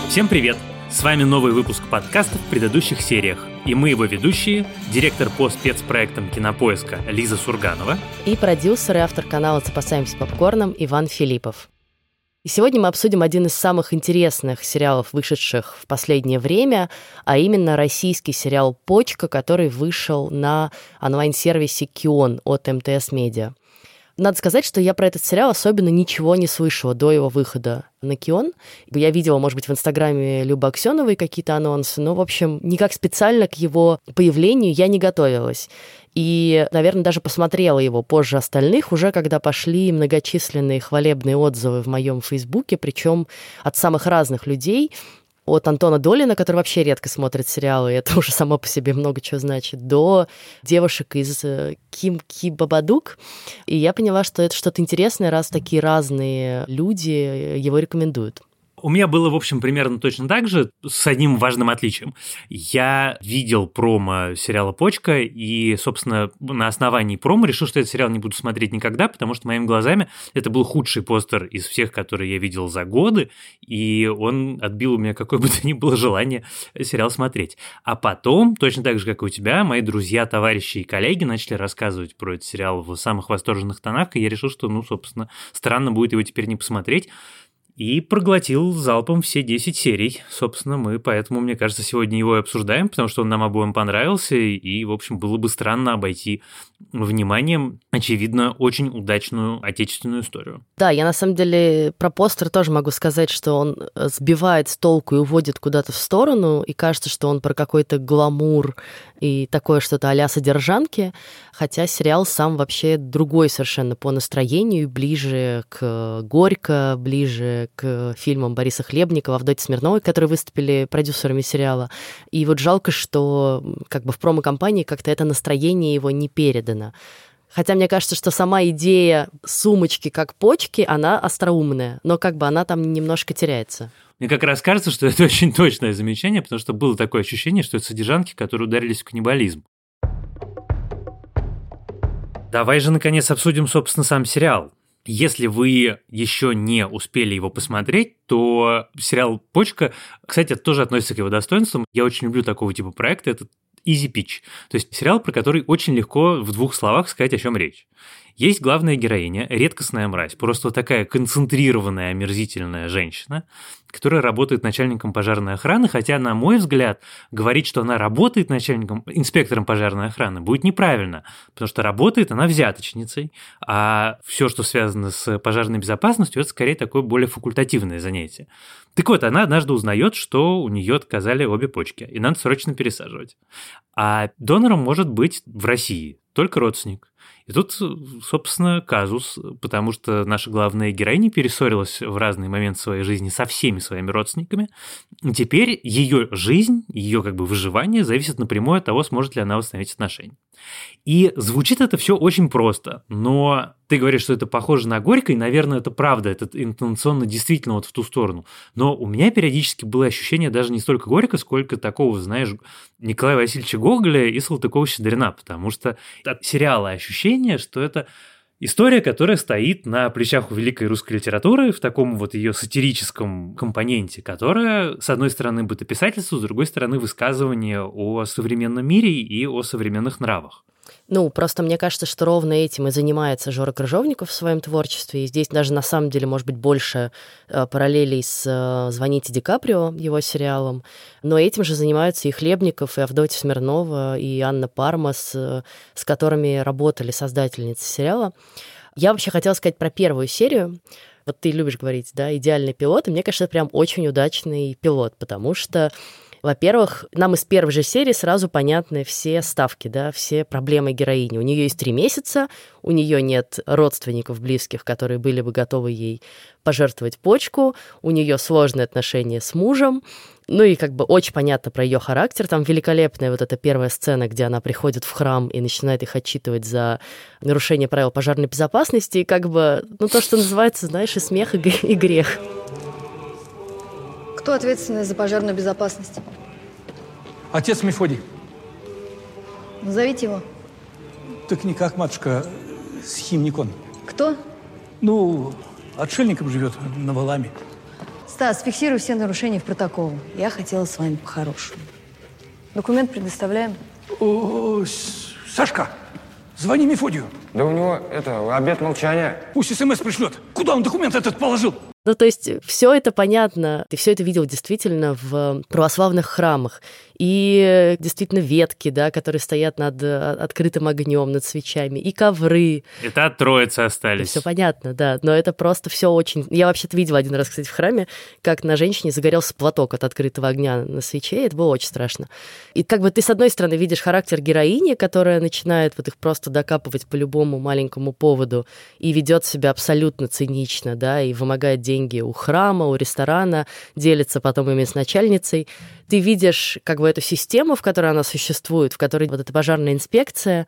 Всем привет! С вами новый выпуск подкаста в предыдущих сериях. И мы его ведущие, директор по спецпроектам Кинопоиска Лиза Сурганова и продюсер и автор канала «Запасаемся попкорном» Иван Филиппов. И сегодня мы обсудим один из самых интересных сериалов, вышедших в последнее время, а именно российский сериал «Почка», который вышел на онлайн-сервисе «Кион» от МТС Медиа. Надо сказать, что я про этот сериал особенно ничего не слышала до его выхода на Кион. Я видела, может быть, в Инстаграме Любы Аксеновой какие-то анонсы, но, в общем, никак специально к его появлению я не готовилась. И, наверное, даже посмотрела его позже остальных, уже когда пошли многочисленные хвалебные отзывы в моем Фейсбуке, причем от самых разных людей, от Антона Долина, который вообще редко смотрит сериалы, и это уже само по себе много чего значит, до девушек из Кимки Бабадук. И я поняла, что это что-то интересное, раз такие разные люди его рекомендуют. У меня было, в общем, примерно точно так же, с одним важным отличием. Я видел промо сериала «Почка», и, собственно, на основании промо решил, что этот сериал не буду смотреть никогда, потому что моими глазами это был худший постер из всех, которые я видел за годы, и он отбил у меня какое бы то ни было желание сериал смотреть. А потом, точно так же, как и у тебя, мои друзья, товарищи и коллеги начали рассказывать про этот сериал в самых восторженных тонах, и я решил, что, собственно, странно будет его теперь не посмотреть. И проглотил залпом все 10 серий. Собственно, мы поэтому, мне кажется, сегодня его и обсуждаем, потому что он нам обоим понравился, и, в общем, было бы странно обойти вниманием, очевидно, очень удачную отечественную историю. Да, я на самом деле про постер тоже могу сказать, что он сбивает с толку и уводит куда-то в сторону, и кажется, что он про какой-то гламур и такое что-то а-ля содержанки, хотя сериал сам вообще другой совершенно по настроению, ближе к Горько, ближе к фильмам Бориса Хлебникова, Авдотьи Смирновой, которые выступили продюсерами сериала. И вот жалко, что как бы в промо-компании как-то это настроение его не передано. Хотя мне кажется, что сама идея сумочки как почки, она остроумная, но как бы она там немножко теряется. Мне как раз кажется, что это очень точное замечание, потому что было такое ощущение, что это содержанки, которые ударились в каннибализм. Давай же, наконец, обсудим, собственно, сам сериал. Если вы еще не успели его посмотреть, то сериал «Почка», кстати, тоже относится к его достоинствам. Я очень люблю такого типа проекта. Это easy pitch. То есть сериал, про который очень легко в 2 словах сказать, о чем речь. Есть главная героиня, редкостная мразь, просто такая концентрированная, омерзительная женщина, которая работает начальником пожарной охраны, хотя, на мой взгляд, говорить, что она работает инспектором пожарной охраны, будет неправильно, потому что работает она взяточницей, а все, что связано с пожарной безопасностью, это скорее такое более факультативное занятие. Так вот, она однажды узнает, что у нее отказали обе почки, и надо срочно пересаживать. А донором может быть в России только родственник. И тут, собственно, казус, потому что наша главная героиня перессорилась в разные моменты своей жизни со всеми своими родственниками. И теперь ее жизнь, ее как бы выживание зависит напрямую от того, сможет ли она восстановить отношения. И звучит это все очень просто, но ты говоришь, что это похоже на Горько, и, наверное, это правда, это интонационно действительно вот в ту сторону. Но у меня периодически было ощущение даже не столько Горько, сколько такого, знаешь, Николая Васильевича Гоголя и Салтыкова-Щедрина, потому что от сериала ощущение, что это история, которая стоит на плечах у великой русской литературы в таком вот ее сатирическом компоненте, которая, с одной стороны, бытописательство, с другой стороны, высказывание о современном мире и о современных нравах. Просто мне кажется, что ровно этим и занимается Жора Крыжовников в своем творчестве. И здесь даже на самом деле может быть больше параллелей с «Звоните Ди Каприо», его сериалом. Но этим же занимаются и Хлебников, и Авдотья Смирнова, и Анна Парма, с которыми работали создательницы сериала. Я вообще хотела сказать про первую серию. Вот ты любишь говорить, да, идеальный пилот. И мне кажется, это прям очень удачный пилот, потому что во-первых, нам из первой же серии сразу понятны все ставки, да, все проблемы героини. У нее есть 3 месяца, у нее нет родственников близких, которые были бы готовы ей пожертвовать почку, у нее сложные отношения с мужем, и как бы очень понятно про ее характер. Там великолепная вот эта первая сцена, где она приходит в храм и начинает их отчитывать за нарушение правил пожарной безопасности, и как бы, то, что называется, знаешь, и смех, и грех. Кто ответственный за пожарную безопасность? Отец Мефодий. Назовите его. Так никак, матушка, схимник он. Кто? Отшельником живет на Валаме. Стас, фиксируй все нарушения в протокол. Я хотела с вами по-хорошему. Документ предоставляем. Сашка, звони Мефодию. Да у него, обет молчания. Пусть СМС пришлет. Куда он документ этот положил? Ну, то есть все это понятно. Ты все это видел действительно в православных храмах. И действительно ветки, да, которые стоят над открытым огнем, над свечами, и ковры. Это от Троицы остались. Все понятно, да. Но это просто все очень... Я вообще-то видела один раз, кстати, в храме, как на женщине загорелся платок от открытого огня на свече. Это было очень страшно. И как бы ты, с одной стороны, видишь характер героини, которая начинает вот их просто докапывать по любому маленькому поводу и ведет себя абсолютно цинично, да, и вымогает деньги у храма, у ресторана, делится потом ими с начальницей. Ты видишь как бы эту систему, в которой она существует, в которой вот эта пожарная инспекция,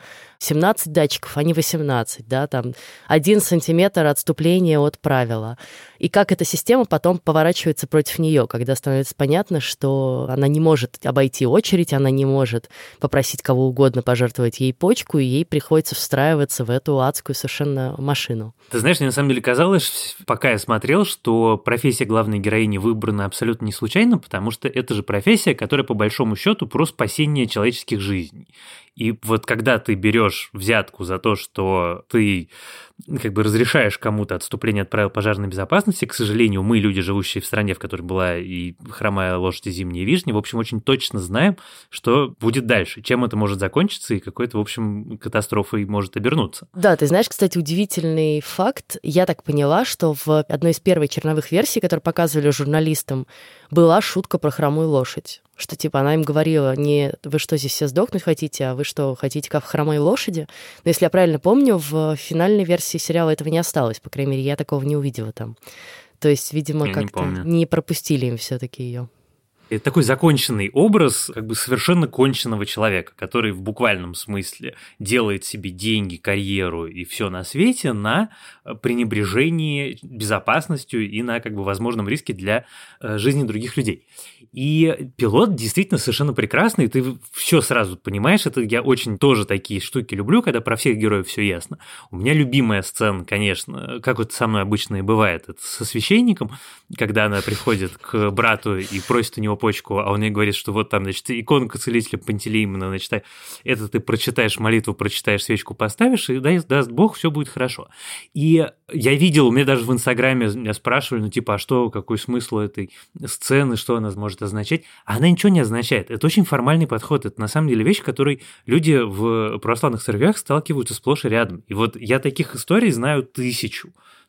17 датчиков, а не 18, да, там 1 сантиметр отступления от правила. И как эта система потом поворачивается против нее, когда становится понятно, что она не может обойти очередь, она не может попросить кого угодно пожертвовать ей почку, и ей приходится встраиваться в эту адскую совершенно машину. Ты знаешь, мне на самом деле казалось, пока я смотрел, что профессия главной героини выбрана абсолютно не случайно, потому что это же профессия, которая по большому счету про спасение человеческих жизней. И вот когда ты берешь взятку за то, что ты как бы разрешаешь кому-то отступление от правил пожарной безопасности, к сожалению, мы, люди, живущие в стране, в которой была и хромая лошадь, и зимняя вишня, в общем, очень точно знаем, что будет дальше, чем это может закончиться и какой-то, в общем, катастрофой может обернуться. Да, ты знаешь, кстати, удивительный факт. Я так поняла, что в одной из первых черновых версий, которые показывали журналистам, была шутка про хромую лошадь. Что, типа, она им говорила, не вы что, здесь все сдохнуть хотите, а вы что, хотите как в хромой лошади? Но если я правильно помню, в финальной версии сериала этого не осталось, по крайней мере, я такого не увидела там. То есть, видимо, я как-то не пропустили им все-таки ее. Это такой законченный образ как бы совершенно конченного человека, который в буквальном смысле делает себе деньги, карьеру и все на свете на пренебрежении безопасностью и на как бы возможном риске для жизни других людей. И пилот действительно совершенно прекрасный, и ты все сразу понимаешь, это я очень тоже такие штуки люблю, когда про всех героев все ясно. У меня любимая сцена, конечно, как это со мной обычно и бывает, это со священником, когда она приходит к брату и просит у него почку, а он ей говорит, что вот там, значит, иконка целителя Пантелеимона, значит, это ты прочитаешь молитву, прочитаешь, свечку поставишь, и даст Бог, все будет хорошо. И я видел, у меня даже в Инстаграме меня спрашивали, ну типа, а что, какой смысл этой сцены, что она может означать? А она ничего не означает. Это очень формальный подход. Это на самом деле вещь, которой люди в православных церквях сталкиваются сплошь и рядом. И вот я таких историй знаю 1000.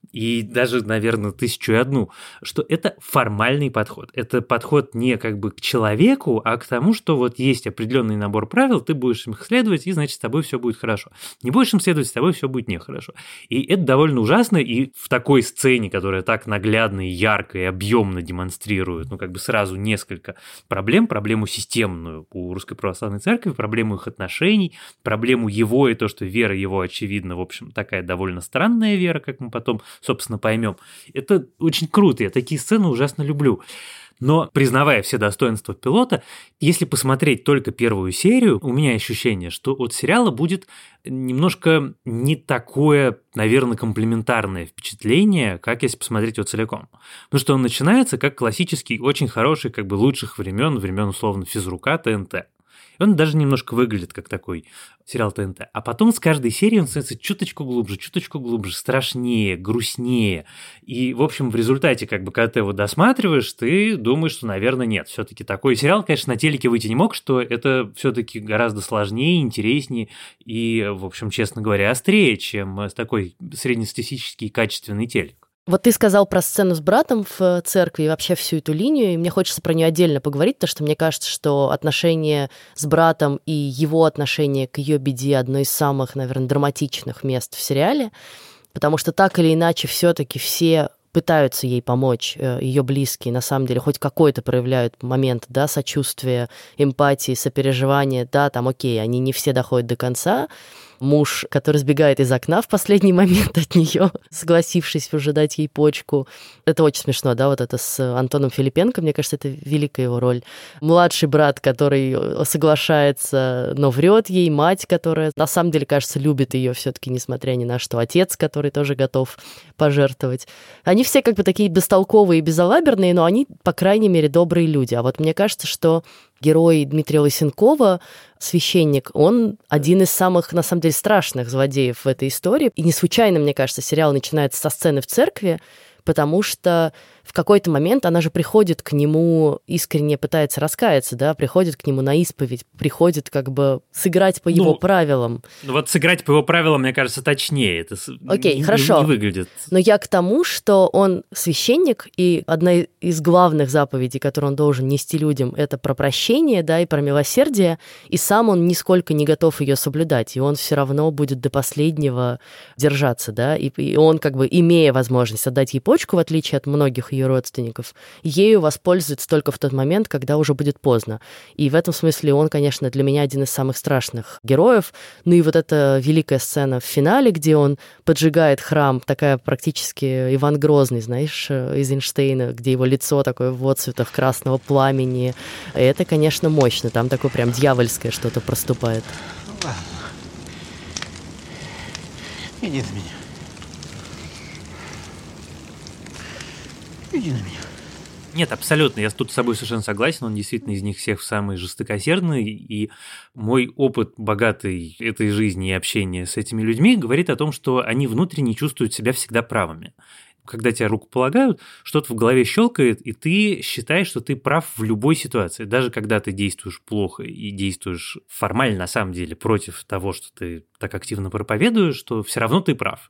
И даже, наверное, 1001, что это формальный подход. Это подход не как бы к человеку, а к тому, что вот есть определенный набор правил, ты будешь им следовать, и, значит, с тобой все будет хорошо. Не будешь им следовать, с тобой все будет нехорошо. И это довольно ужасно, и в такой сцене, которая так наглядно и ярко и объемно демонстрирует, ну, как бы сразу несколько проблем. Проблему системную у Русской Православной Церкви, проблему их отношений, проблему его и то, что вера его, очевидно, в общем, такая довольно странная вера, как мы потом собственно, поймем. Это очень круто, я такие сцены ужасно люблю. Но, признавая все достоинства пилота, если посмотреть только первую серию, у меня ощущение, что от сериала будет немножко не такое, наверное, комплементарное впечатление, как если посмотреть его целиком. Потому что он начинается как классический, очень хороший, как бы лучших времен условно физрука ТНТ. И он даже немножко выглядит как такой сериал ТНТ. А потом с каждой серией он становится чуточку глубже, страшнее, грустнее. И, в общем, в результате, как бы, когда ты его досматриваешь, ты думаешь, что, наверное, нет. Все-таки такой сериал, конечно, на телеке выйти не мог, что это все-таки гораздо сложнее, интереснее и, в общем, честно говоря, острее, чем такой среднестатистический качественный телек. Вот ты сказал про сцену с братом в церкви и вообще всю эту линию, и мне хочется про нее отдельно поговорить, потому что мне кажется, что отношения с братом и его отношение к ее беде одно из самых, наверное, драматичных мест в сериале, потому что так или иначе все-таки все пытаются ей помочь, ее близкие, на самом деле, хоть какой-то проявляют момент, да, сочувствия, эмпатии, сопереживания, да, там, окей, они не все доходят до конца, муж, который сбегает из окна в последний момент от нее, согласившись уже дать ей почку. Это очень смешно, да, вот это с Антоном Филипенко, мне кажется, это великая его роль. Младший брат, который соглашается, но врет ей, мать, которая на самом деле, кажется, любит ее все-таки, несмотря ни на что, отец, который тоже готов пожертвовать. Они все как бы такие бестолковые и безалаберные, но они, по крайней мере, добрые люди. А вот мне кажется, что герой Дмитрия Лысенкова, священник, он один из самых, на самом деле, страшных злодеев в этой истории. И не случайно, мне кажется, сериал начинается со сцены в церкви, потому что в какой-то момент она же приходит к нему, искренне пытается раскаяться, да, приходит к нему на исповедь, приходит как бы сыграть по его правилам. Вот сыграть по его правилам, мне кажется, точнее. Это хорошо. Не выглядит. Но я к тому, что он священник, и одна из главных заповедей, которую он должен нести людям, это про прощение, да, и про милосердие, и сам он нисколько не готов ее соблюдать, и он все равно будет до последнего держаться, да, и он как бы, имея возможность отдать ей почку, в отличие от многих ее родственников, ею воспользуется только в тот момент, когда уже будет поздно. И в этом смысле он, конечно, для меня один из самых страшных героев. Ну и вот эта великая сцена в финале, где он поджигает храм, такая практически Иван Грозный, знаешь, из Эйнштейна, где его лицо такое в отцветах красного пламени. Это, конечно, мощно. Там такое прям дьявольское что-то проступает. Ладно. Иди на меня. Иди на меня. Нет, абсолютно. Я тут с собой совершенно согласен. Он действительно из них всех самый жестокосердный. И мой опыт богатой этой жизни и общения с этими людьми говорит о том, что они внутренне чувствуют себя всегда правыми. Когда тебя рукополагают, что-то в голове щелкает, и ты считаешь, что ты прав в любой ситуации. Даже когда ты действуешь плохо и действуешь формально, на самом деле, против того, что ты так активно проповедуешь, что все равно ты прав.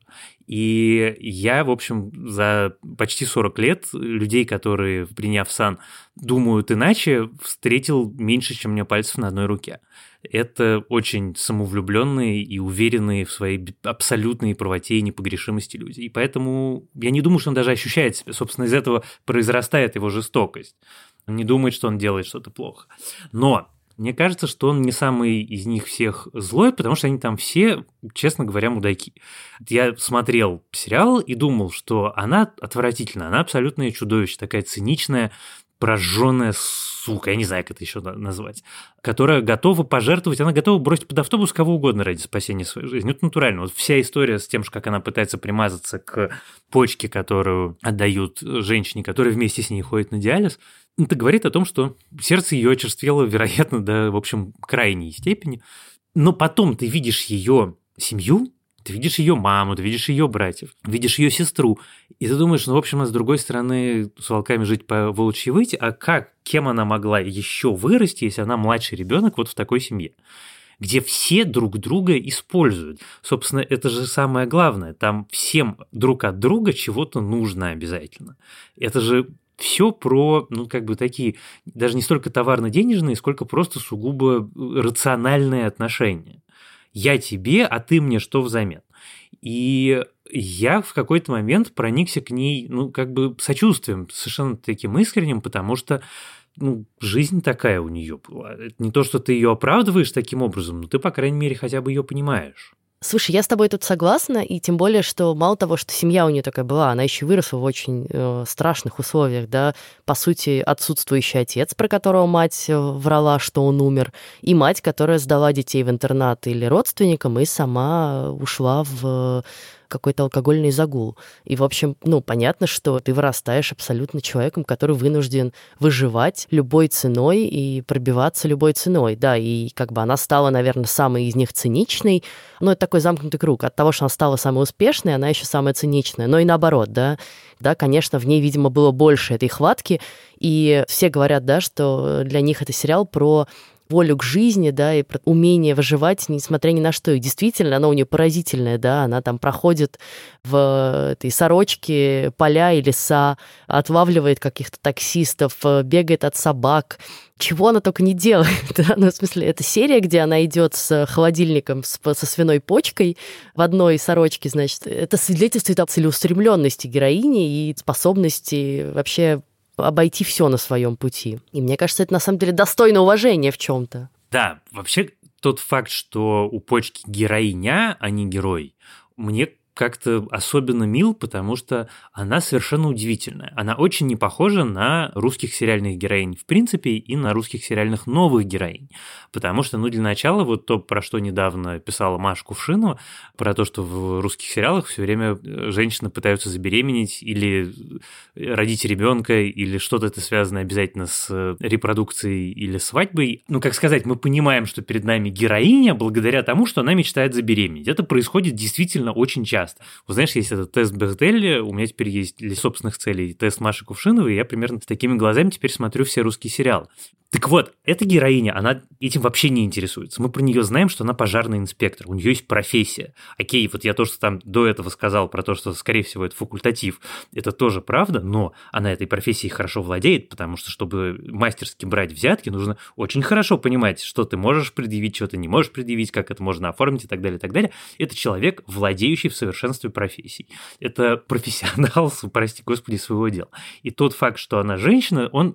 И я, в общем, за почти 40 лет людей, которые, приняв сан, думают иначе, встретил меньше, чем у меня пальцев на одной руке. Это очень самовлюбленные и уверенные в своей абсолютной правоте и непогрешимости люди. И поэтому я не думаю, что он даже ощущает себя. Собственно, из этого произрастает его жестокость. Он не думает, что он делает что-то плохо. Но мне кажется, что он не самый из них всех злой, потому что они там все, честно говоря, мудаки. Я смотрел сериал и думал, что она отвратительна, она абсолютное чудовище, такая циничная, прожженная сука, я не знаю, как это еще назвать, которая готова пожертвовать, она готова бросить под автобус кого угодно ради спасения своей жизни. Это натурально. Вот вся история с тем, как она пытается примазаться к почке, которую отдают женщине, которая вместе с ней ходит на диализ, это говорит о том, что сердце ее очерствело, вероятно, до, в общем, крайней степени. Но потом ты видишь ее семью, ты видишь ее маму, ты видишь ее братьев, видишь ее сестру, и ты думаешь, ну, в общем, а с другой стороны, с волками жить по волчьи выйти, а кем она могла еще вырасти, если она младший ребенок вот в такой семье, где все друг друга используют. Собственно, это же самое главное, там всем друг от друга чего-то нужно обязательно. Это же все про, ну, как бы такие, даже не столько товарно-денежные, сколько просто сугубо рациональные отношения. Я тебе, а ты мне что взамен? И я в какой-то момент проникся к ней, ну, как бы сочувствием, совершенно таким искренним, потому что, ну, жизнь такая у нее была. Это не то, что ты ее оправдываешь таким образом, но ты, по крайней мере, хотя бы ее понимаешь. Слушай, я с тобой тут согласна, и тем более, что мало того, что семья у нее такая была, она еще выросла в очень страшных условиях, да, по сути, отсутствующий отец, про которого мать врала, что он умер, и мать, которая сдала детей в интернат или родственникам, и сама ушла в какой-то алкогольный загул. И, в общем, ну, понятно, что ты вырастаешь абсолютно человеком, который вынужден выживать любой ценой и пробиваться любой ценой. Да, и как бы она стала, наверное, самой из них циничной, но это такой замкнутый круг. От того, что она стала самой успешной, она еще самая циничная. Но и наоборот, да. Да, конечно, в ней, видимо, было больше этой хватки, и все говорят, да, что для них это сериал про волю к жизни, да, и про умение выживать, несмотря ни на что. И действительно, она у нее поразительная, да, она там проходит в этой сорочке поля и леса, отлавливает каких-то таксистов, бегает от собак, чего она только не делает. Да? Ну, в смысле, это серия, где она идет с холодильником, со свиной почкой в одной сорочке, значит, это свидетельствует о целеустремленности героини и способности вообще обойти все на своем пути. И мне кажется, это на самом деле достойно уважения в чем-то. Да, вообще тот факт, что у Почки героиня, а не герой, мне как-то особенно мил, потому что она совершенно удивительная. Она очень не похожа на русских сериальных героинь в принципе и на русских сериальных новых героинь. Потому что, для начала, вот то, про что недавно писала Маша Кувшинова, про то, что в русских сериалах все время женщины пытаются забеременеть или родить ребенка, или что-то это связано обязательно с репродукцией или свадьбой. Как сказать, мы понимаем, что перед нами героиня благодаря тому, что она мечтает забеременеть. Это происходит действительно очень часто. Вот знаешь, есть этот тест Bechdel, у меня теперь есть для собственных целей тест Маши Кувшиновой, и я примерно с такими глазами теперь смотрю все русские сериалы. Так вот, эта героиня, она этим вообще не интересуется. Мы про нее знаем, что она пожарный инспектор, у нее есть профессия. Окей, вот я то, что там до этого сказал про то, что, скорее всего, это факультатив, это тоже правда, но она этой профессией хорошо владеет, потому что, чтобы мастерски брать взятки, нужно очень хорошо понимать, что ты можешь предъявить, что ты не можешь предъявить, как это можно оформить и так далее, и так далее. Это человек, владеющий в совершенстве профессией. Это профессионал, прости господи, своего дела. И тот факт, что она женщина, он,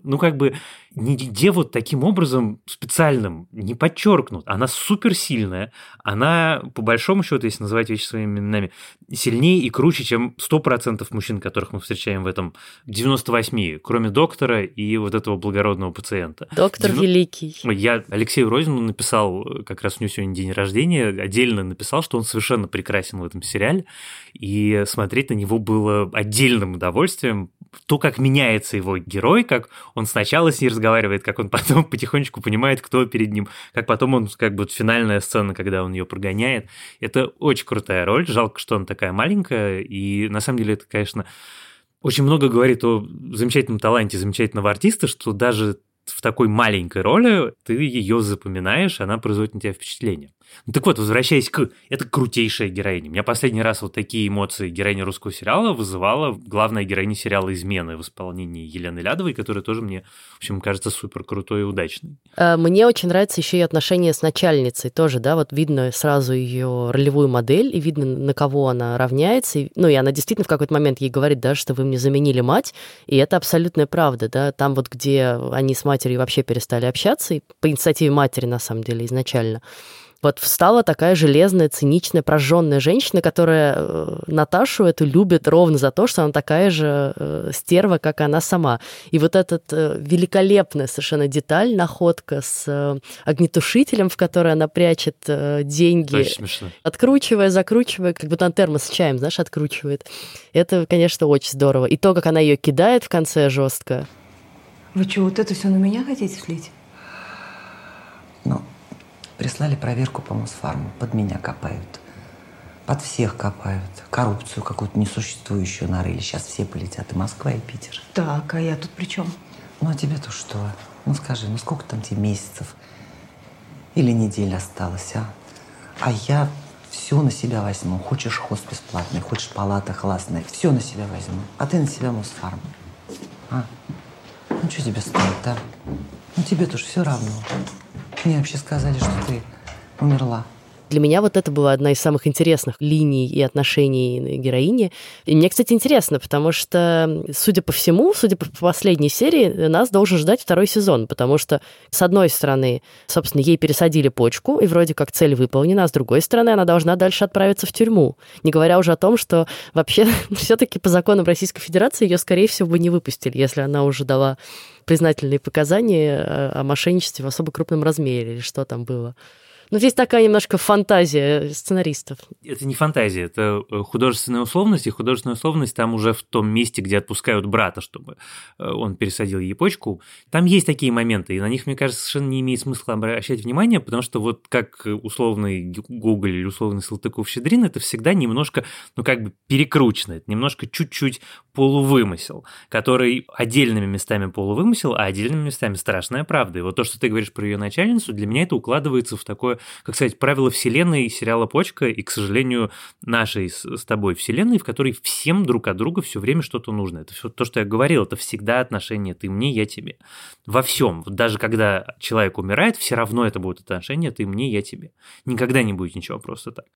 нигде вот таким образом специальным не подчеркнут. Она суперсильная, она, по большому счету, если называть вещи своими именами, сильнее и круче, чем 100% мужчин, которых мы встречаем в этом 98, кроме доктора и вот этого благородного пациента. Доктор великий. Я Алексею Розину написал, как раз у него сегодня день рождения, отдельно написал, что он совершенно прекрасен в этом сериале, и смотреть на него было отдельным удовольствием. То, как меняется его герой, как он сначала с ней разговаривает, как он потом потихонечку понимает, кто перед ним, как потом он, финальная сцена, когда он ее прогоняет. Это очень крутая роль, жалко, что она такая маленькая, и на самом деле это, конечно, очень много говорит о замечательном таланте замечательного артиста, что даже в такой маленькой роли ты ее запоминаешь, она производит на тебя впечатление. Так вот, возвращаясь к... Это крутейшая героиня. У меня последний раз вот такие эмоции героини русского сериала вызывала главная героиня сериала «Измены» в исполнении Елены Лядовой, которая тоже мне, в общем, кажется супер крутой и удачной. Мне очень нравится еще и отношение с начальницей тоже, да, вот видно сразу ее ролевую модель, и видно, на кого она равняется. И она действительно в какой-то момент ей говорит, да, что вы мне заменили мать, и это абсолютная правда, да, там вот, где они с матерью вообще перестали общаться, и по инициативе матери, на самом деле, изначально, вот встала такая железная, циничная, прожженная женщина, которая Наташу эту любит ровно за то, что она такая же стерва, как она сама. И вот этот великолепная совершенно деталь, находка с огнетушителем, в который она прячет деньги, откручивая, закручивая, как будто он термос с чаем, знаешь, откручивает. Это, конечно, очень здорово. И то, как она ее кидает в конце жестко. Вы что, вот это все на меня хотите слить? Прислали проверку по Мосфарму. Под меня копают. Под всех копают. Коррупцию какую-то несуществующую нарыли. Сейчас все полетят. И Москва, и Питер. Так, а я тут при чем? А тебе-то что? Скажи, сколько там тебе месяцев или недель осталось, а? А я все на себя возьму. Хочешь хоспис платный, хочешь палата классная. Все на себя возьму. А ты на себя Мосфарм. А? Что тебе стоит, да? Тебе-то уж все равно. Мне вообще сказали, что ты умерла. Для меня вот это была одна из самых интересных линий и отношений героини. И мне, кстати, интересно, потому что, судя по всему, судя по последней серии, нас должен ждать второй сезон, потому что, с одной стороны, собственно, ей пересадили почку, и вроде как цель выполнена, а с другой стороны, она должна дальше отправиться в тюрьму. Не говоря уже о том, что вообще все-таки по законам Российской Федерации ее, скорее всего, бы не выпустили, если она уже дала признательные показания о мошенничестве в особо крупном размере, или что там было. Здесь такая немножко фантазия сценаристов. Это не фантазия, это художественная условность, и художественная условность там уже в том месте, где отпускают брата, чтобы он пересадил ей почку. Там есть такие моменты, и на них, мне кажется, совершенно не имеет смысла обращать внимание, потому что вот как условный Гоголь или условный Салтыков-Щедрин, это всегда немножко, перекручено, это немножко чуть-чуть полувымысел, который отдельными местами полувымысел, а отдельными местами страшная правда. И вот то, что ты говоришь про ее начальницу, для меня это укладывается в такое, как сказать, правило вселенной сериала «Почка» и, к сожалению, нашей с тобой вселенной, в которой всем друг от друга все время что-то нужно. Это все то, что я говорил, это всегда отношения ты мне, я тебе. Во всем. Даже когда человек умирает, все равно это будет отношения ты мне, я тебе. Никогда не будет ничего просто так.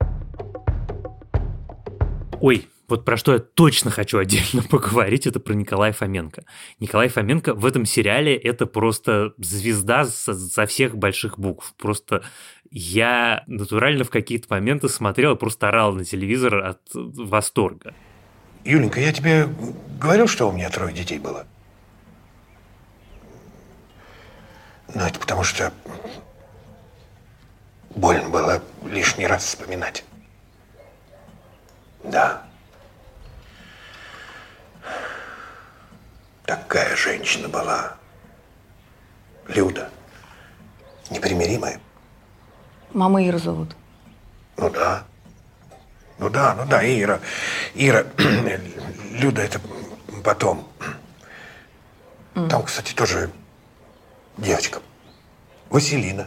Ой, вот про что я точно хочу отдельно поговорить, это про Николая Фоменко. Николай Фоменко в этом сериале – это просто звезда со всех больших букв. Просто Я натурально в какие-то моменты смотрел и просто орал на телевизор от восторга. Юленька, я тебе говорил, что у меня 3 детей было? Ну, это потому что больно было лишний раз вспоминать. Да. Такая женщина была. Люда. Непримиримая. Мама Ира зовут. Ну да, Ира. Люда это потом. Там, кстати, тоже девочка. Василина.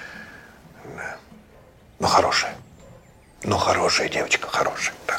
Да. Но хорошая. Хорошая девочка, хорошая. Да.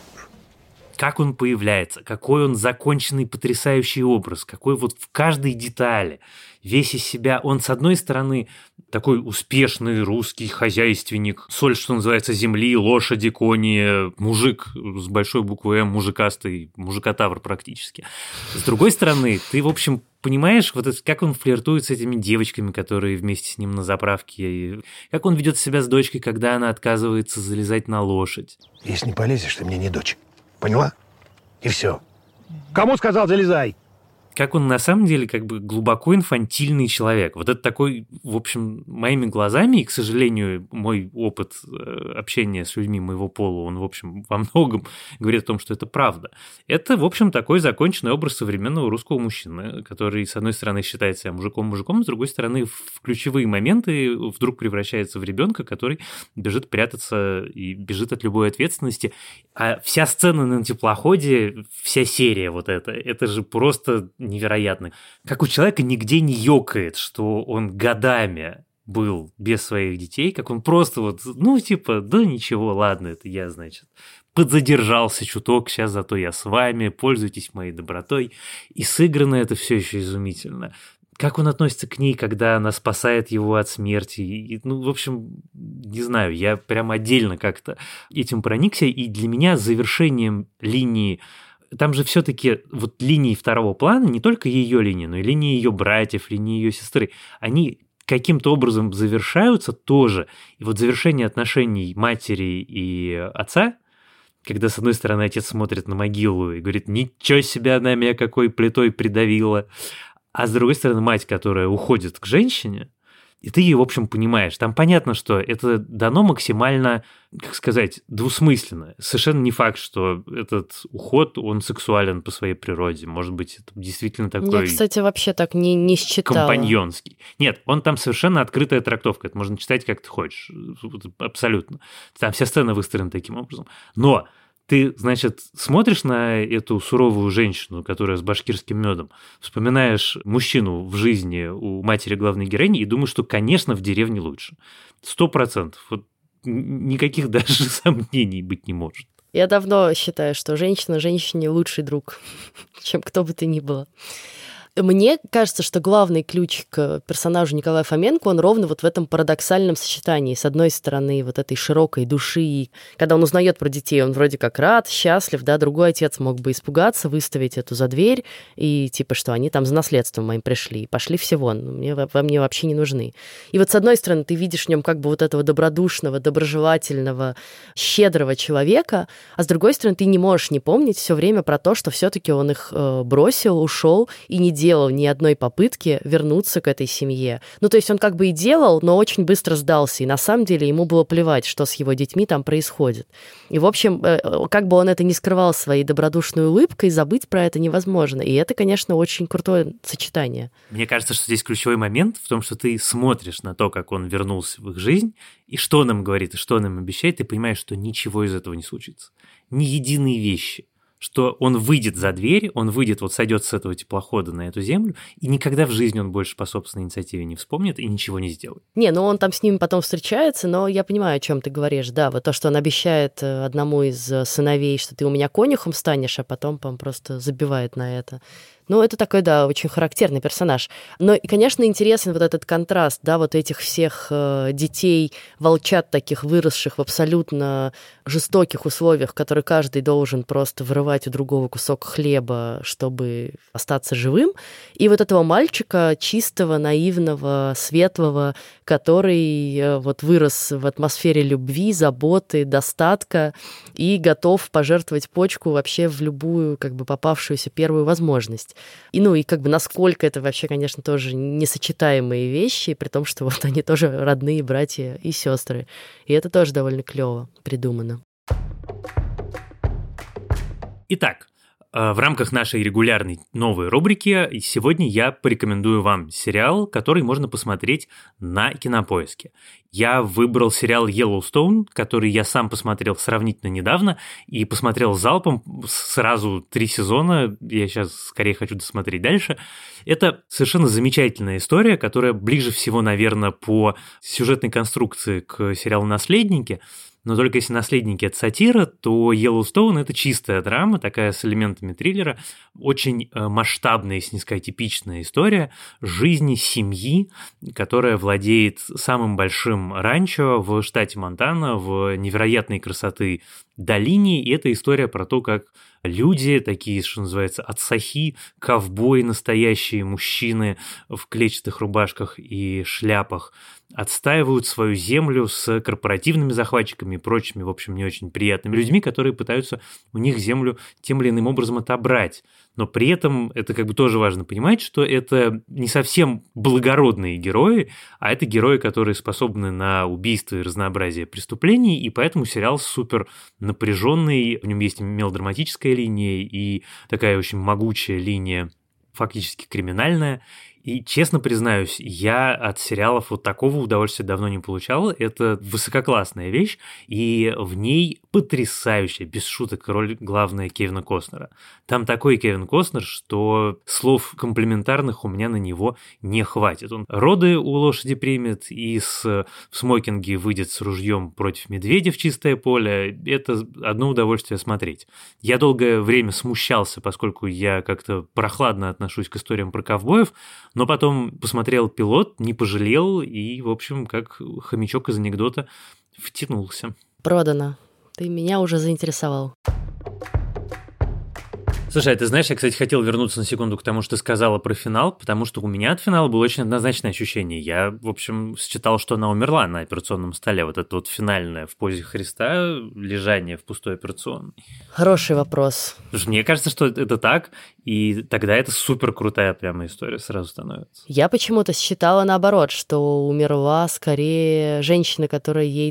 Как он появляется, какой он законченный, потрясающий образ, какой вот в каждой детали, весь из себя. Он, с одной стороны, такой успешный русский хозяйственник, соль, что называется, земли, лошади, кони, мужик с большой буквы «М», мужикастый, мужикотавр практически. С другой стороны, ты, в общем, понимаешь, вот это, как он флиртует с этими девочками, которые вместе с ним на заправке, и как он ведет себя с дочкой, когда она отказывается залезать на лошадь. Если не полезешь, ты мне не дочь. Поняла? И все. Кому сказал, залезай? Как он на самом деле как бы глубоко инфантильный человек. Вот это такой, в общем, моими глазами, и, к сожалению, мой опыт общения с людьми моего пола, он, в общем, во многом говорит о том, что это правда. Это, в общем, такой законченный образ современного русского мужчины, который, с одной стороны, считает себя мужиком, с другой стороны, в ключевые моменты вдруг превращается в ребенка, который бежит прятаться и бежит от любой ответственности. А вся сцена на теплоходе, вся серия вот эта, это же просто невероятно. Как у человека нигде не ёкает, что он годами был без своих детей, как он просто вот, ну, типа, да ничего, ладно, это я, значит, подзадержался чуток, сейчас зато я с вами, пользуйтесь моей добротой. И сыграно это все еще изумительно. Как он относится к ней, когда она спасает его от смерти. И, ну, в общем, не знаю, я прям отдельно как-то этим проникся, и для меня завершением линии, там же все-таки вот линии второго плана, не только ее линии, но и линии ее братьев, линии ее сестры, они каким-то образом завершаются тоже. И вот завершение отношений матери и отца, когда, с одной стороны, отец смотрит на могилу и говорит, ничего себе, она меня какой плитой придавила, а с другой стороны, мать, которая уходит к женщине, и ты ее, в общем, понимаешь. Там понятно, что это дано максимально, как сказать, двусмысленно. Совершенно не факт, что этот уход, он сексуален по своей природе. Может быть, это действительно такой... Я, кстати, вообще так не считала. Компаньонский. Нет, он там совершенно открытая трактовка. Это можно читать, как ты хочешь. Абсолютно. Там вся сцена выстроена таким образом. Но ты, значит, смотришь на эту суровую женщину, которая с башкирским медом, вспоминаешь мужчину в жизни у матери главной героини и думаешь, что, конечно, в деревне лучше. 100%. Вот никаких даже сомнений быть не может. Я давно считаю, что женщина женщине лучший друг, чем кто бы то ни было. Мне кажется, что главный ключ к персонажу Николая Фоменко, он ровно вот в этом парадоксальном сочетании. С одной стороны, вот этой широкой души, когда он узнает про детей, он вроде как рад, счастлив, да, другой отец мог бы испугаться, выставить эту за дверь, и типа, что они там за наследством моим пришли, пошли все вон, мне вообще не нужны. И вот с одной стороны, ты видишь в нем как бы вот этого добродушного, доброжелательного, щедрого человека, а с другой стороны, ты не можешь не помнить все время про то, что все-таки он их бросил, ушел и не делал ни одной попытки вернуться к этой семье. Ну, то есть он как бы и делал, но очень быстро сдался, и на самом деле ему было плевать, что с его детьми там происходит. И, в общем, как бы он это ни скрывал своей добродушной улыбкой, забыть про это невозможно. И это, конечно, очень крутое сочетание. Мне кажется, что здесь ключевой момент в том, что ты смотришь на то, как он вернулся в их жизнь, и что он им говорит, и что он им обещает, ты понимаешь, что ничего из этого не случится. Ни единой вещи. Что он выйдет за дверь, он выйдет, вот сойдет с этого теплохода на эту землю, и никогда в жизни он больше по собственной инициативе не вспомнит и ничего не сделает. Не, ну он там с ними потом встречается, но я понимаю, о чем ты говоришь. Да, вот то, что он обещает одному из сыновей, что ты у меня конюхом станешь, а потом он просто забивает на это. Ну, это такой, да, очень характерный персонаж. Но, и, конечно, интересен вот этот контраст, да, вот этих всех детей, волчат таких, выросших в абсолютно жестоких условиях, в которые каждый должен просто вырывать у другого кусок хлеба, чтобы остаться живым, и вот этого мальчика чистого, наивного, светлого, который вот вырос в атмосфере любви, заботы, достатка и готов пожертвовать почку вообще в любую, как бы, попавшуюся первую возможность. И, ну, и как бы насколько это вообще, конечно, тоже несочетаемые вещи, при том, что вот они тоже родные братья и сестры. И это тоже довольно клево придумано. Итак, в рамках нашей регулярной новой рубрики сегодня я порекомендую вам сериал, который можно посмотреть на Кинопоиске. Я выбрал сериал Yellowstone, который я сам посмотрел сравнительно недавно и посмотрел залпом сразу 3 сезона. Я сейчас скорее хочу досмотреть дальше. Это совершенно замечательная история, которая ближе всего, наверное, по сюжетной конструкции к сериалу «Наследники». Но только если «Наследники» — это сатира, то Yellowstone — это чистая драма, такая с элементами триллера, очень масштабная, если не сказать типичная история жизни семьи, которая владеет самым большим ранчо в штате Монтана в невероятной красоты долине, и это история про то, как люди, такие, что называется, отсахи, ковбои, настоящие мужчины в клетчатых рубашках и шляпах, отстаивают свою землю с корпоративными захватчиками и прочими, в общем, не очень приятными людьми, которые пытаются у них землю тем или иным образом отобрать. Но при этом это как бы тоже важно понимать, что это не совсем благородные герои, а это герои, которые способны на убийство и разнообразие преступлений, и поэтому сериал супер напряженный, в нем есть мелодраматическая линия и такая очень могучая линия, фактически криминальная. И, честно признаюсь, я от сериалов вот такого удовольствия давно не получал. Это высококлассная вещь, и в ней потрясающая, без шуток, роль главная Кевина Костнера. Там такой Кевин Костнер, что слов комплиментарных у меня на него не хватит. Он роды у лошади примет и в смокинге выйдет с ружьем против медведя в чистое поле. Это одно удовольствие смотреть. Я долгое время смущался, поскольку я как-то прохладно отношусь к историям про ковбоев, но потом посмотрел пилот, не пожалел и, в общем, как хомячок из анекдота, втянулся. Продано. Ты меня уже заинтересовал. Слушай, ты знаешь, я, кстати, хотел вернуться на секунду к тому, что ты сказала про финал, потому что у меня от финала было очень однозначное ощущение. Я, в общем, считал, что она умерла на операционном столе. Вот это вот финальное в позе Христа лежание в пустой операционной. Хороший вопрос. Потому что мне кажется, что это так, и тогда это супер крутая прямо история сразу становится. Я почему-то считала наоборот, что умерла скорее женщина, которая ей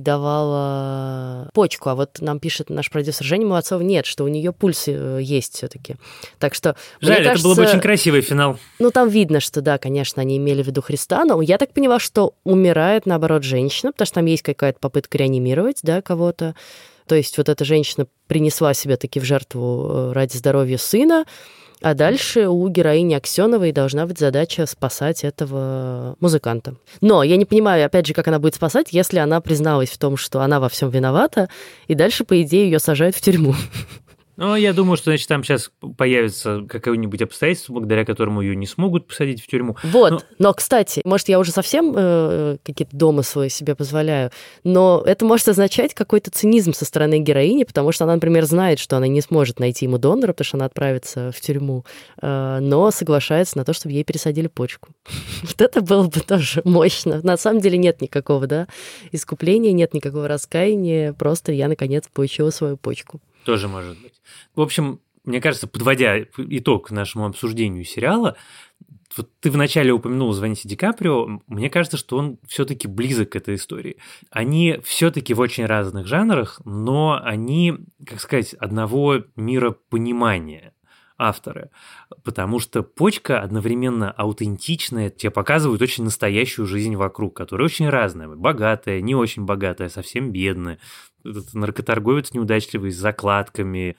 давала почку. А вот нам пишет наш продюсер Женя Молодцов, нет, что у нее пульс есть все-таки. Так что, жаль, мне кажется, это был бы очень красивый финал. Ну, там видно, что да, конечно, они имели в виду Христа, но я так поняла, что умирает, наоборот, женщина, потому что там есть какая-то попытка реанимировать, да, кого-то. То есть вот эта женщина принесла себя таки в жертву ради здоровья сына, а дальше у героини Аксеновой должна быть задача спасать этого музыканта. Но я не понимаю, опять же, как она будет спасать, если она призналась в том, что она во всем виновата, и дальше, по идее, ее сажают в тюрьму. Ну, я думаю, что, значит, там сейчас появится какое-нибудь обстоятельство, благодаря которому ее не смогут посадить в тюрьму. Вот, но, кстати, может, я уже совсем какие-то домыслы себе позволяю, но это может означать какой-то цинизм со стороны героини, потому что она, например, знает, что она не сможет найти ему донора, потому что она отправится в тюрьму, но соглашается на то, чтобы ей пересадили почку. Вот это было бы тоже мощно. На самом деле нет никакого, да, искупления, нет никакого раскаяния, просто я, наконец, получила свою почку. Тоже может быть. В общем, мне кажется, подводя итог нашему обсуждению сериала, вот ты вначале упомянул «Звоните Ди Каприо», мне кажется, что он все-таки близок к этой истории. Они все-таки в очень разных жанрах, но они, как сказать, одного миропонимания авторы, потому что «Почка» одновременно аутентичная, тебе показывают очень настоящую жизнь вокруг, которая очень разная, богатая, не очень богатая, совсем бедная, этот наркоторговец неудачливый с закладками,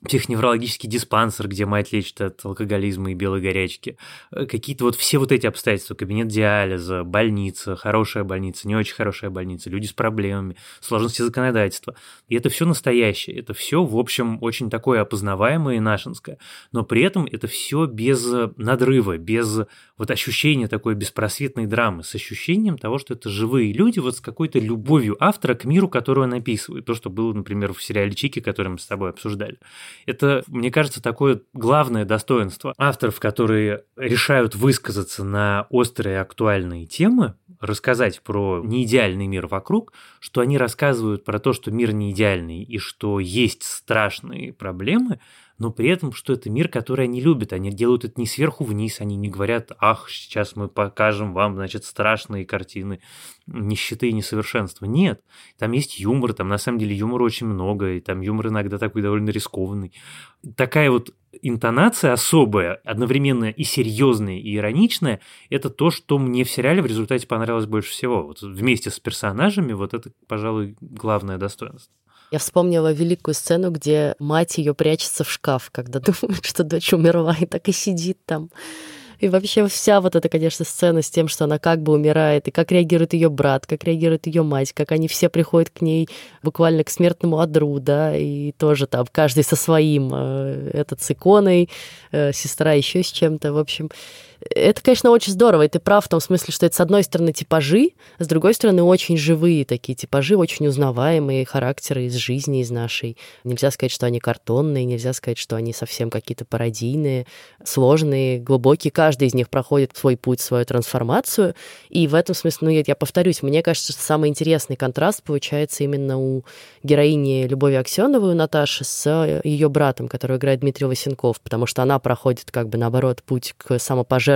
психоневрологический диспансер, где мать лечит от алкоголизма и белой горячки, какие-то вот все вот эти обстоятельства, кабинет диализа, больница, хорошая больница, не очень хорошая больница, люди с проблемами, сложности законодательства. И это все настоящее, это все, в общем, очень такое опознаваемое и нашинское, но при этом это все без надрыва, без вот ощущения такой беспросветной драмы, с ощущением того, что это живые люди вот с какой-то любовью автора к миру, который он описывает. То, что было, например, в сериале «Чики», который мы с тобой обсуждали. Это, мне кажется, такое главное достоинство авторов, которые решают высказаться на острые актуальные темы, рассказать про неидеальный мир вокруг, что они рассказывают про то, что мир не идеальный и что есть страшные проблемы, но при этом, что это мир, который они любят. Они делают это не сверху вниз, они не говорят: ах, сейчас мы покажем вам, значит, страшные картины нищеты и несовершенства. Нет, там есть юмор, там на самом деле юмора очень много, и там юмор иногда такой довольно рискованный. Такая вот интонация особая, одновременно и серьезная, и ироничная, это то, что мне в сериале в результате понравилось больше всего. Вот вместе с персонажами вот это, пожалуй, главное достоинство. Я вспомнила великую сцену, где мать ее прячется в шкаф, когда думает, что дочь умерла, и так и сидит там. И вообще вся вот эта, конечно, сцена с тем, что она как бы умирает, и как реагирует ее брат, как реагирует ее мать, как они все приходят к ней буквально к смертному одру, да, и тоже там каждый со своим, этот с иконой, сестра еще с чем-то, в общем. Это, конечно, очень здорово, и ты прав в том смысле, что это, с одной стороны, типажи, с другой стороны, очень живые такие типажи, очень узнаваемые характеры из жизни, из нашей. Нельзя сказать, что они картонные, нельзя сказать, что они совсем какие-то пародийные, сложные, глубокие. Каждый из них проходит свой путь, свою трансформацию, и в этом смысле, ну, я повторюсь, мне кажется, что самый интересный контраст получается именно у героини Любови Аксеновой, у Наташи, с ее братом, которого играет Дмитрий Лысенков, потому что она проходит, как бы, наоборот, путь к самопожертвованию,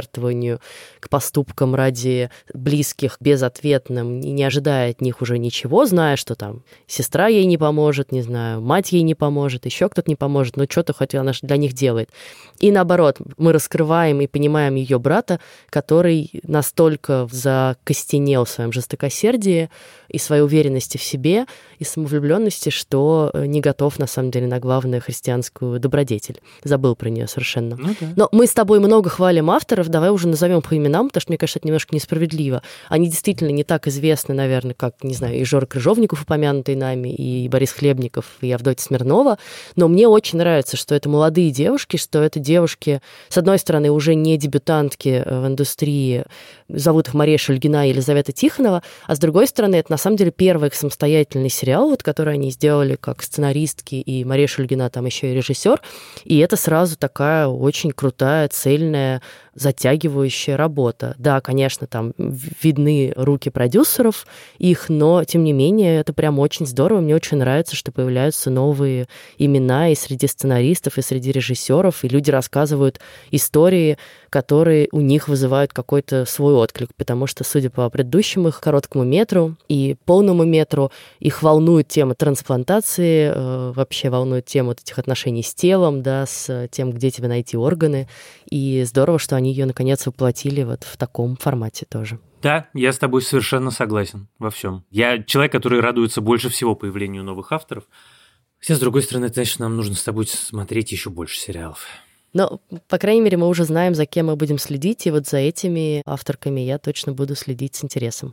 к поступкам ради близких, безответным, не ожидая от них уже ничего, зная, что там сестра ей не поможет, не знаю, мать ей не поможет, еще кто-то не поможет, но что-то хоть она для них делает. И наоборот, мы раскрываем и понимаем ее брата, который настолько закостенел в своем жестокосердии и своей уверенности в себе, и самовлюбленности, что не готов, на самом деле, на главную христианскую добродетель. Забыл про нее совершенно. Ну, да. Но мы с тобой много хвалим авторов, давай уже назовем по именам, потому что, мне кажется, это немножко несправедливо. Они действительно не так известны, наверное, как, не знаю, и Жора Крыжовников, упомянутый нами, и Борис Хлебников, и Авдотья Смирнова, но мне очень нравится, что это молодые девушки, что это девушки, с одной стороны, уже не дебютантки в индустрии, зовут их Мария Шульгина и Елизавета Тихонова, а с другой стороны, это на самом деле первый их самостоятельный сериал, вот, который они сделали как сценаристки, и Мария Шульгина там еще и режиссер, и это сразу такая очень крутая, цельная, затягивающая работа. Да, конечно, там видны руки продюсеров их, но, тем не менее, это прям очень здорово. Мне очень нравится, что появляются новые имена и среди сценаристов, и среди режиссеров, и люди рассказывают истории, которые у них вызывают какой-то свой отклик, потому что, судя по предыдущему их короткому метру и полному метру, их волнует тема трансплантации, вообще волнует тема вот этих отношений с телом, да, с тем, где тебе найти органы, и здорово, что они ее, наконец, воплотили вот в таком формате тоже. Да, я с тобой совершенно согласен во всем. Я человек, который радуется больше всего появлению новых авторов. Хотя, с другой стороны, это значит, что нам нужно с тобой смотреть еще больше сериалов. Но, по крайней мере, мы уже знаем, за кем мы будем следить, и вот за этими авторками я точно буду следить с интересом.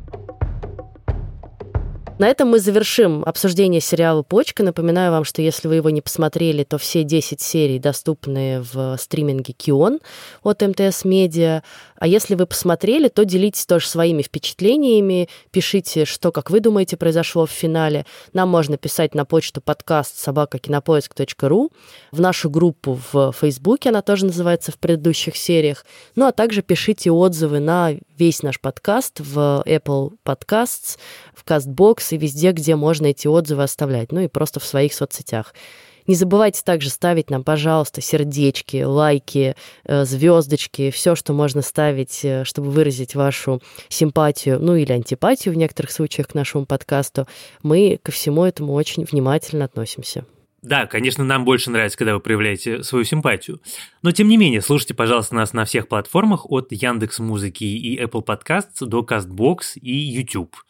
На этом мы завершим обсуждение сериала «Почка». Напоминаю вам, что если вы его не посмотрели, то все 10 серий доступны в стриминге Кион от МТС Медиа. А если вы посмотрели, то делитесь тоже своими впечатлениями, пишите, что, как вы думаете, произошло в финале. Нам можно писать на почту podcast@kinopoisk.ru, в нашу группу в Фейсбуке, она тоже называется «В предыдущих сериях». Ну, а также пишите отзывы на весь наш подкаст в Apple Podcasts, в CastBox и везде, где можно эти отзывы оставлять, ну и просто в своих соцсетях. Не забывайте также ставить нам, пожалуйста, сердечки, лайки, звездочки, все, что можно ставить, чтобы выразить вашу симпатию, ну или антипатию в некоторых случаях к нашему подкасту. Мы ко всему этому очень внимательно относимся. Да, конечно, нам больше нравится, когда вы проявляете свою симпатию. Но, тем не менее, слушайте, пожалуйста, нас на всех платформах от Яндекс.Музыки и Apple Podcasts до CastBox и YouTube.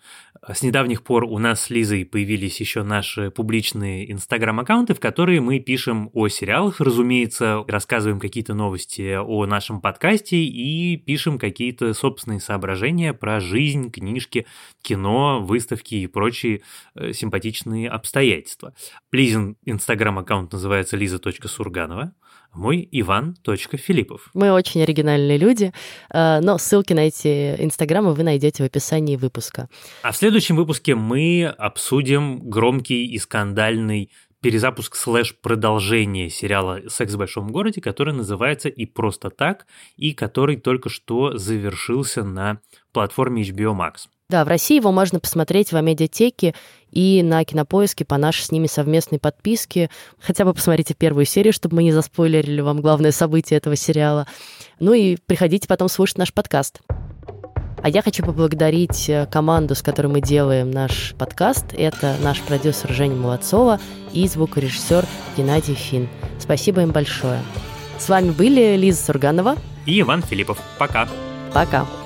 С недавних пор у нас с Лизой появились еще наши публичные инстаграм-аккаунты, в которые мы пишем о сериалах, разумеется, рассказываем какие-то новости о нашем подкасте и пишем какие-то собственные соображения про жизнь, книжки, кино, выставки и прочие симпатичные обстоятельства. Лизин инстаграм-аккаунт называется liza.surganova. Мой Иван.Филиппов. Мы очень оригинальные люди, но ссылки на эти инстаграмы вы найдете в описании выпуска. А в следующем выпуске мы обсудим громкий и скандальный перезапуск /продолжение сериала «Секс в большом городе», который называется «И просто так», и который только что завершился на платформе HBO Max. Да, в России его можно посмотреть в Амедиатеке и на Кинопоиске по нашей с ними совместной подписке. Хотя бы посмотрите первую серию, чтобы мы не заспойлерили вам главное событие этого сериала. Ну и приходите потом слушать наш подкаст. А я хочу поблагодарить команду, с которой мы делаем наш подкаст. Это наш продюсер Женя Молодцова и звукорежиссер Геннадий Фин. Спасибо им большое. С вами были Лиза Сурганова и Иван Филиппов. Пока. Пока.